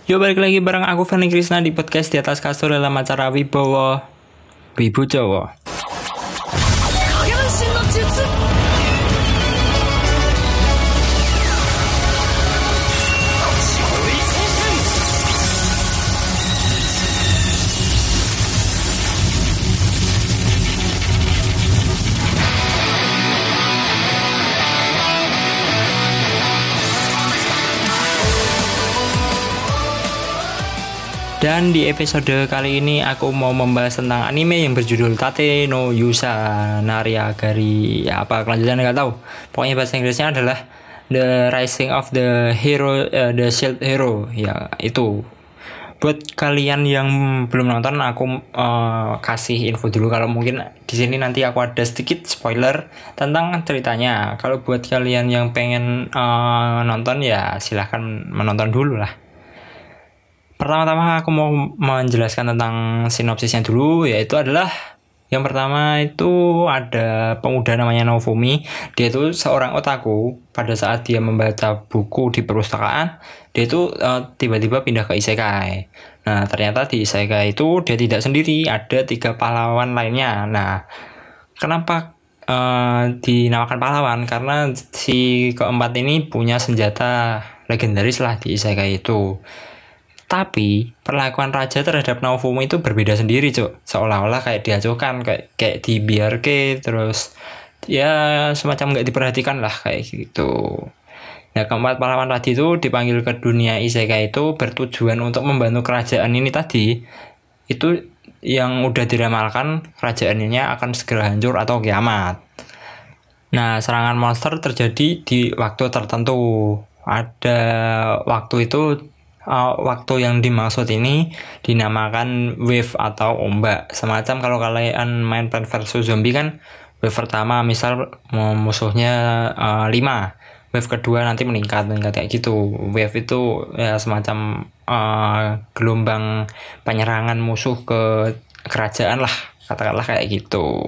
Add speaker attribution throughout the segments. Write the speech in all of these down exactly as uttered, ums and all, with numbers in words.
Speaker 1: Yo, balik lagi bareng aku Fani Krisna di podcast Di Atas Kasur dalam acara Wibowo Wibu Jowo. Dan di episode kali ini aku mau membahas tentang anime yang berjudul Tate no Yusa Nariagari. Ya, apa kelanjutannya nggak tahu. Pokoknya bahasa Inggrisnya adalah The Rising of the Hero, uh, The Shield Hero. Ya, itu. Buat kalian yang belum nonton, aku uh, kasih info dulu kalau mungkin di sini nanti aku ada sedikit spoiler tentang ceritanya. Kalau buat kalian yang pengen uh, nonton ya silahkan menonton dulu lah. Pertama-tama aku mau menjelaskan tentang sinopsisnya dulu, yaitu adalah yang pertama itu ada pemuda namanya Naofumi. Dia itu seorang otaku. Pada saat dia membaca buku di perpustakaan, dia itu uh, tiba-tiba pindah ke isekai. Nah, ternyata di isekai itu dia tidak sendiri, ada tiga pahlawan lainnya. Nah, kenapa uh, dinamakan pahlawan? Karena si keempat ini punya senjata legendaris lah di isekai itu. Tapi perlakuan raja terhadap Naofumi itu berbeda sendiri, Cuk. Seolah-olah kayak diacuhkan, kayak kayak dibiarke, terus ya semacam nggak diperhatikan lah kayak gitu. Nah, keempat pahlawan tadi itu dipanggil ke dunia isekai itu bertujuan untuk membantu kerajaan ini tadi. Itu yang udah diramalkan kerajaan ini akan segera hancur atau kiamat. Nah, serangan monster terjadi di waktu tertentu. Ada waktu itu Uh, waktu yang dimaksud ini dinamakan wave atau ombak. Semacam kalau kalian main Plants versus Zombie kan, wave pertama misal musuhnya uh, lima, wave kedua nanti meningkat meningkat kayak gitu. Wave itu ya semacam uh, gelombang penyerangan musuh ke kerajaan lah, katakanlah kayak gitu.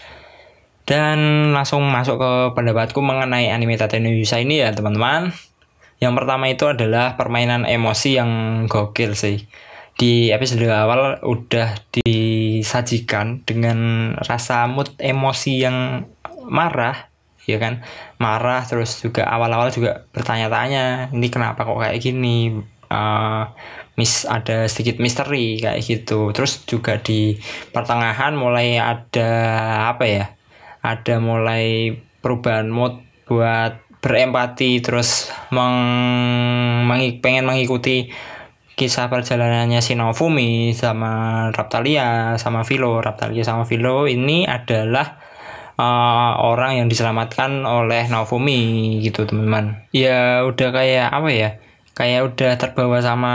Speaker 1: Dan langsung masuk ke pendapatku mengenai anime Tate no Yusa ini ya teman-teman. Yang pertama itu adalah permainan emosi yang gokil sih. Di episode awal udah disajikan dengan rasa mood emosi yang marah, ya kan? Marah, terus juga awal-awal juga bertanya-tanya, ini kenapa kok kayak gini? Uh, mis ada sedikit misteri kayak gitu. Terus juga di pertengahan mulai ada apa ya? Ada mulai perubahan mood buat berempati, terus meng, meng, pengen mengikuti kisah perjalanannya si Naofumi sama Raptalia sama Philo. Raptalia sama Philo ini adalah uh, orang yang diselamatkan oleh Naofumi gitu teman-teman. Ya udah kayak apa ya, kayak udah terbawa sama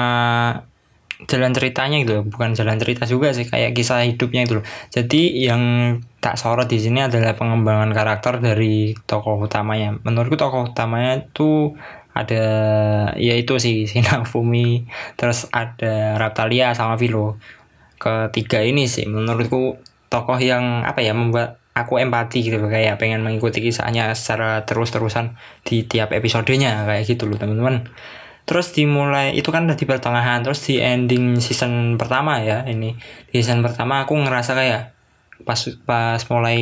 Speaker 1: jalan ceritanya gitu, bukan jalan cerita juga sih, kayak kisah hidupnya itu loh. Jadi yang tak sorot di sini adalah pengembangan karakter dari tokoh utamanya. Menurutku tokoh utamanya tuh ada ya itu sih si Naofumi, terus ada Raptalia sama Philo. Ketiga ini sih menurutku tokoh yang apa ya, membuat aku empati gitu, kayak pengen mengikuti kisahnya secara terus-terusan di tiap episodenya kayak gitu loh teman-teman. Terus dimulai itu kan di pertengahan, terus di ending season pertama ya ini di season pertama aku ngerasa kayak pas pas mulai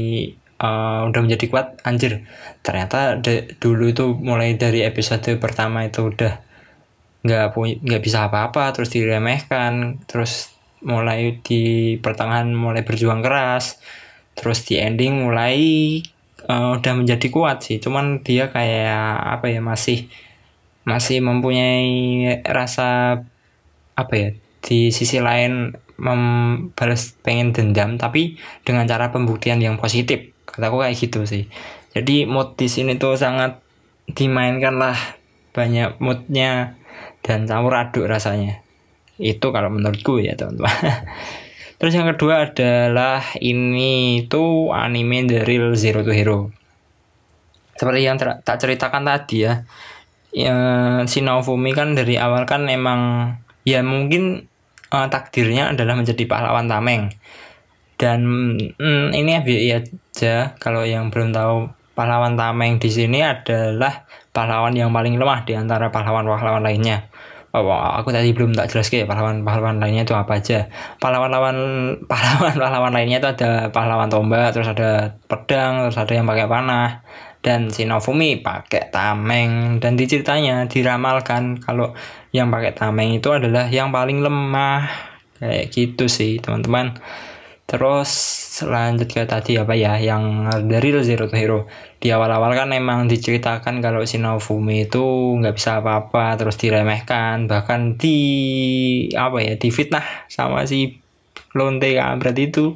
Speaker 1: uh, udah menjadi kuat, anjir ternyata de, dulu itu mulai dari episode pertama itu udah nggak punya nggak bisa apa-apa, terus diremehkan, terus mulai di pertengahan mulai berjuang keras, terus di ending mulai uh, udah menjadi kuat sih. Cuman dia kayak apa ya, masih masih mempunyai rasa apa ya, di sisi lain membalas pengen dendam tapi dengan cara pembuktian yang positif, kataku kayak gitu sih. Jadi mood di sini tuh sangat dimainkan lah, banyak moodnya dan campur aduk rasanya. Itu kalau menurutku ya teman-teman. Terus yang kedua adalah ini tuh anime The Real Zero to Hero. Seperti yang ter- tak ceritakan tadi ya, ya si Naofumi kan dari awal kan emang ya mungkin uh, takdirnya adalah menjadi pahlawan tameng. Dan mm, ini ya aja kalau yang belum tahu, pahlawan tameng di sini adalah pahlawan yang paling lemah di antara pahlawan-pahlawan lainnya. Oh, aku tadi belum tak jelas ya pahlawan-pahlawan lainnya itu apa aja. Pahlawan-pahlawan pahlawan-pahlawan lainnya itu ada pahlawan tombak, terus ada pedang, terus ada yang pakai panah, dan Shinofumi pakai tameng. Dan di ceritanya diramalkan kalau yang pakai tameng itu adalah yang paling lemah. Kayak gitu sih, teman-teman. Terus lanjut ke tadi apa ya, yang dari Zero to Hero. Di awal-awal kan emang diceritakan kalau Shinofumi itu nggak bisa apa-apa, terus diremehkan, bahkan di apa ya, difitnah sama si lonte kampret itu.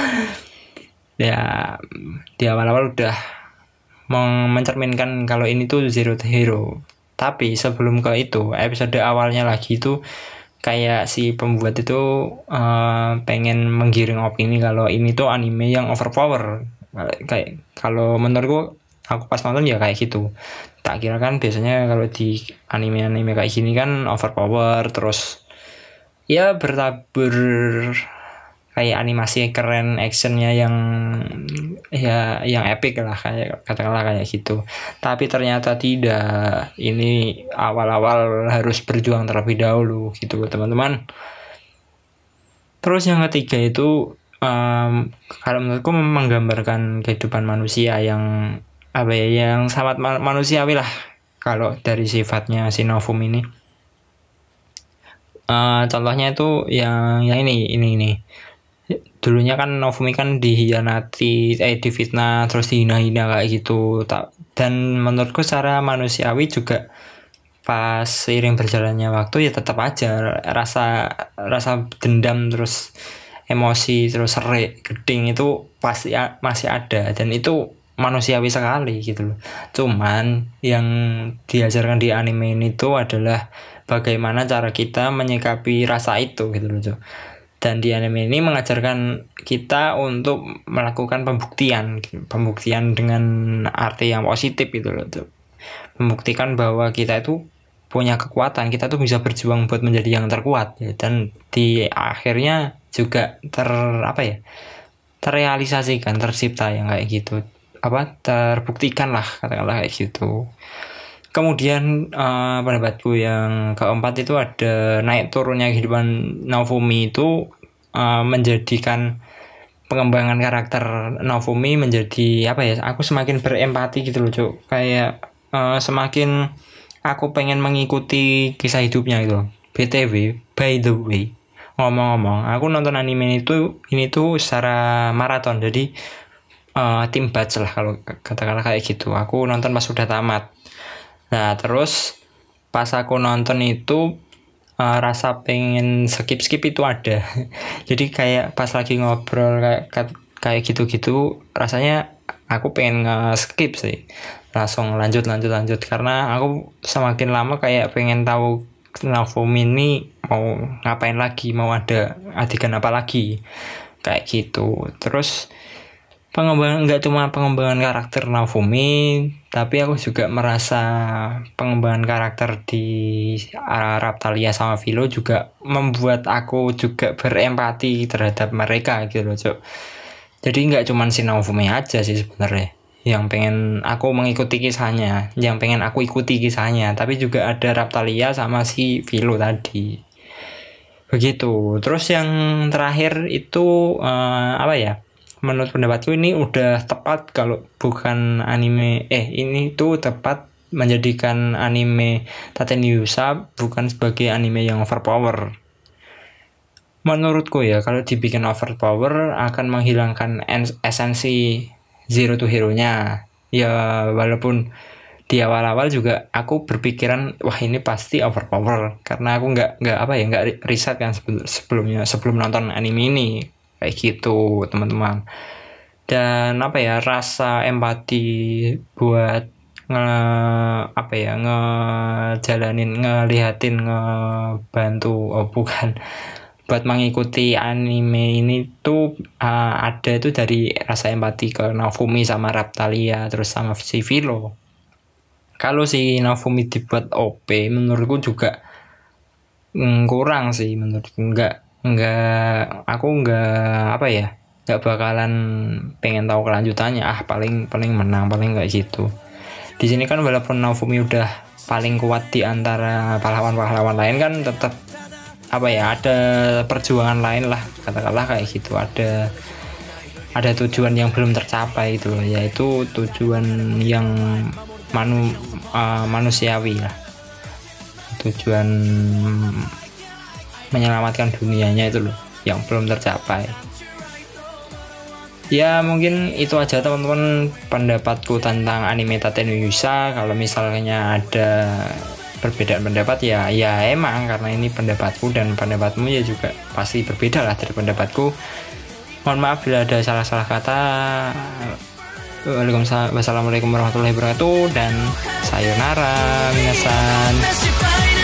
Speaker 1: Ya di awal-awal udah mencerminkan kalau ini tuh Zero to Hero. Tapi sebelum ke itu, episode awalnya lagi itu kayak si pembuat itu uh, pengen menggiring opini kalau ini tuh anime yang overpower. Kayak kalau menurutku, aku pas nonton ya kayak gitu. Tak kira kan biasanya kalau di anime-anime kayak gini kan overpower, terus ya bertabur kayak animasi keren, actionnya yang ya yang epic lah, kayak katakanlah kayak gitu. Tapi ternyata tidak, ini awal-awal harus berjuang terlebih dahulu gitu teman-teman. Terus yang ketiga itu um, kalau menurutku menggambarkan kehidupan manusia yang apa ya, yang sangat manusiawi lah kalau dari sifatnya Shinofumi ini. Uh, contohnya itu yang yang ini ini ini dulunya kan Novumi kan dihianati, eh difitnah, terus dihina-hina kayak gitu. Dan menurutku secara manusiawi juga pas seiring berjalannya waktu ya tetap aja rasa rasa dendam, terus emosi, terus serik, geding itu pasti masih ada, dan itu manusiawi sekali gitu loh. Cuman yang diajarkan di anime ini tuh adalah bagaimana cara kita menyikapi rasa itu gitu loh. Dan di anime ini mengajarkan kita untuk melakukan pembuktian, pembuktian dengan arti yang positif gitu loh. Membuktikan bahwa kita itu punya kekuatan, kita tuh bisa berjuang buat menjadi yang terkuat ya. Dan di akhirnya juga ter apa ya, terrealisasikan, tercipta yang kayak gitu, apa terbuktikan lah katakanlah kayak gitu. Kemudian uh, pendapatku yang keempat itu ada naik turunnya kehidupan Novumi itu uh, menjadikan pengembangan karakter Novumi menjadi apa ya, aku semakin berempati gitu loh Cuk. Kayak uh, semakin aku pengen mengikuti kisah hidupnya gitu loh. B T W, by the way, ngomong-ngomong, aku nonton anime itu ini tuh secara maraton, jadi uh, tim batch lah kalau katakanlah kayak gitu. Aku nonton pas sudah tamat. Nah terus pas aku nonton itu uh, rasa pengen skip-skip itu ada. Jadi kayak pas lagi ngobrol kayak kayak gitu-gitu, rasanya aku pengen nge-skip sih, langsung lanjut lanjut lanjut karena aku semakin lama kayak pengen tahu Novumi ini mau ngapain lagi, mau ada adegan apa lagi kayak gitu. Terus pengembangan, nggak cuma pengembangan karakter Novumi, tapi aku juga merasa pengembangan karakter di Raphtalia sama Philo juga membuat aku juga berempati terhadap mereka gitu loh Cok. Jadi nggak cuma si Novumi aja sih sebenarnya yang pengen aku mengikuti kisahnya, yang pengen aku ikuti kisahnya, tapi juga ada Raphtalia sama si Philo tadi. Begitu. Terus yang terakhir itu uh, apa ya? Menurut pendapatku ini udah tepat kalau bukan anime eh ini tuh tepat menjadikan anime Tatenyusa bukan sebagai anime yang overpower. Menurutku ya, kalau dibikin overpower akan menghilangkan esensi Zero to Hero-nya. Ya walaupun di awal-awal juga aku berpikiran wah ini pasti overpower karena aku nggak nggak apa ya nggak riset kan sebelumnya sebelum nonton anime ini. Kayak gitu teman-teman. Dan apa ya, rasa empati buat nge apa ya ngejalanin ngelihatin ngebantu oh bukan buat mengikuti anime ini tuh uh, ada itu dari rasa empati ke Novumi sama Raphtalia terus sama si Philo. Kalau si Novumi dibuat O P menurutku juga mm, kurang sih menurutku. Enggak Enggak, aku enggak apa ya, enggak bakalan pengen tahu kelanjutannya. Ah paling paling menang paling enggak gitu. Di sini kan walaupun Novumi udah paling kuat di antara pahlawan-pahlawan lain kan tetap apa ya, ada perjuangan lain lah katakanlah kayak gitu, ada ada tujuan yang belum tercapai itu loh, yaitu tujuan yang manu, uh, manusiawi lah, tujuan menyelamatkan dunianya itu loh yang belum tercapai. Ya mungkin itu aja teman-teman pendapatku tentang anime Tate no Yusa. Kalau misalnya ada perbedaan pendapat ya ya emang karena ini pendapatku dan pendapatmu ya juga pasti berbeda lah dari pendapatku. Mohon maaf bila ada salah-salah kata. Waalaikumsalam, wassalamualaikum warahmatullahi wabarakatuh, dan sayonara minasan.